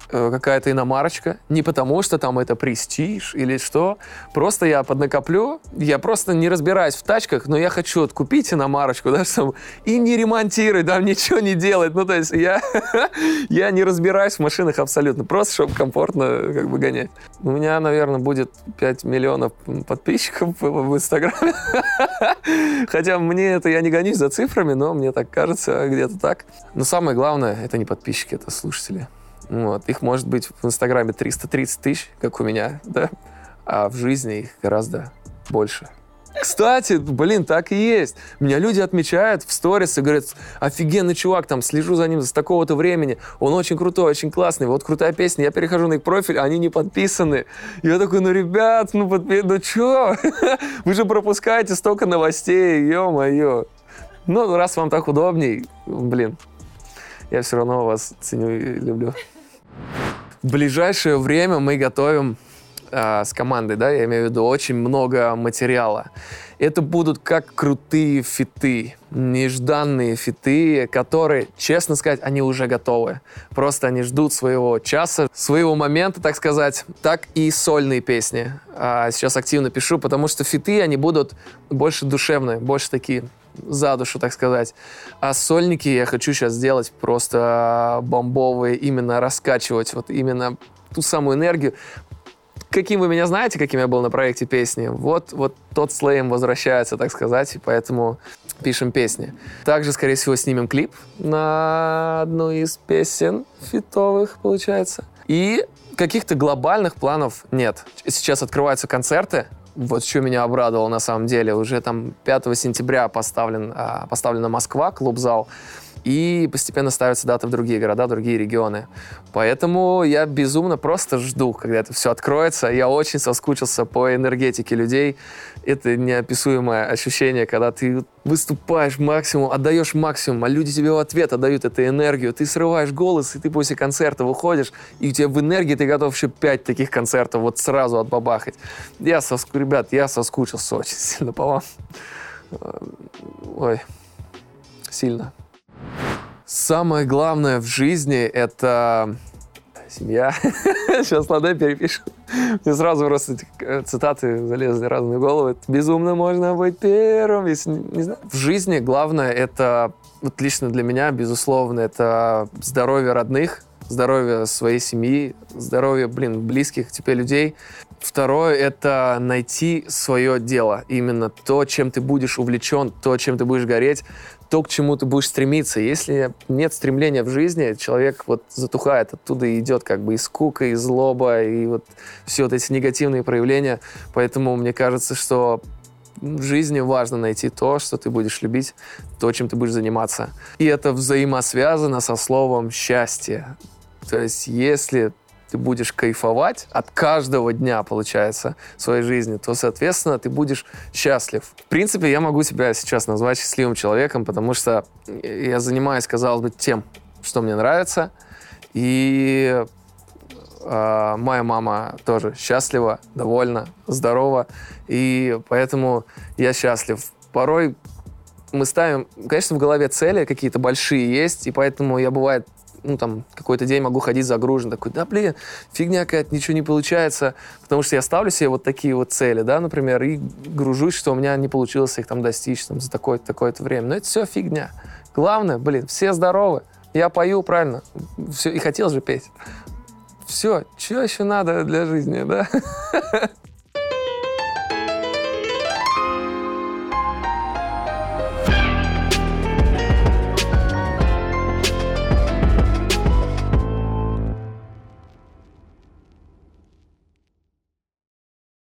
э, какая-то иномарочка. Не потому, что там это престиж или что. Просто я поднакоплю. Я просто не разбираюсь в тачках, но я хочу вот купить иномарочку, да, чтобы и не ремонтировать, да, ничего не делать. Ну, то есть я, я не разбираюсь в машинах абсолютно. Просто, чтобы комфортно как бы гонять. У меня, наверное, будет пять миллионов подписчиков в, в Инстаграме. Хотя мне это, я не гонюсь за цифрами, но мне так кажется, где-то так. Но самое главное, это не подписчики, это слушатели. Вот. Их может быть в Инстаграме триста тридцать тысяч, как у меня, да? А в жизни их гораздо больше. Кстати, блин, так и есть. Меня люди отмечают в сторис и говорят: офигенный чувак, там, слежу за ним с такого-то времени, он очень крутой, очень классный, вот крутая песня, я перехожу на их профиль, они не подписаны. Я такой: ну, ребят, ну, подпи... ну, чё? Вы же пропускаете столько новостей, ё-моё. Ну, раз вам так удобней, блин, я все равно вас ценю и люблю. В ближайшее время мы готовим э, с командой, да, я имею в виду, очень много материала. Это будут как крутые фиты, нежданные фиты, которые, честно сказать, они уже готовы. Просто они ждут своего часа, своего момента, так сказать. Так и сольные песни. А сейчас активно пишу, потому что фиты, они будут больше душевные, больше такие за душу, так сказать. А сольники я хочу сейчас сделать просто бомбовые, именно раскачивать, вот именно ту самую энергию. Каким вы меня знаете, каким я был на проекте песни, вот, вот тот слэм возвращается, так сказать, и поэтому пишем песни. Также, скорее всего, снимем клип на одну из песен фитовых, получается. И каких-то глобальных планов нет. Сейчас открываются концерты. Вот что меня обрадовало на самом деле. Уже там пятого сентября поставлен, а, поставлена Москва, клуб-зал. И постепенно ставятся даты в другие города, в другие регионы. Поэтому я безумно просто жду, когда это все откроется. Я очень соскучился по энергетике людей. Это неописуемое ощущение, когда ты выступаешь максимум, отдаешь максимум, а люди тебе в ответ отдают эту энергию. Ты срываешь голос, и ты после концерта выходишь, и у тебя в энергии ты готов еще пять таких концертов вот сразу отбабахать. Я соску... Ребят, я соскучился очень сильно по вам. Ой, сильно. Самое главное в жизни — это семья. Сейчас, ладно, перепишу. Мне сразу просто эти цитаты залезли разные головы. Безумно можно быть первым, если не знаю. В жизни главное — это, вот лично для меня, безусловно, это здоровье родных, здоровье своей семьи, здоровье, блин, близких тебе людей. Второе — это найти свое дело. Именно то, чем ты будешь увлечен, то, чем ты будешь гореть, то, к чему ты будешь стремиться. Если нет стремления в жизни, человек вот затухает, оттуда и идет как бы и скука, и злоба, и вот все вот эти негативные проявления. Поэтому мне кажется, что в жизни важно найти то, что ты будешь любить, то, чем ты будешь заниматься. И это взаимосвязано со словом «счастье». То есть если ты будешь кайфовать от каждого дня, получается, своей жизни, то, соответственно, ты будешь счастлив. В принципе, я могу себя сейчас назвать счастливым человеком, потому что я занимаюсь, казалось бы, тем, что мне нравится. И э, моя мама тоже счастлива, довольна, здорова. И поэтому я счастлив. Порой мы ставим, конечно, в голове цели какие-то большие есть, и поэтому я, бывает, ну, там, какой-то день могу ходить загружен, такой: да, блин, фигня какая-то, ничего не получается, потому что я ставлю себе вот такие вот цели, да, например, и гружусь, что у меня не получилось их там достичь там, за такое-то, такое-то время. Но это все фигня. Главное, блин, все здоровы, я пою правильно, все, и хотел же петь. Все, что еще надо для жизни, да?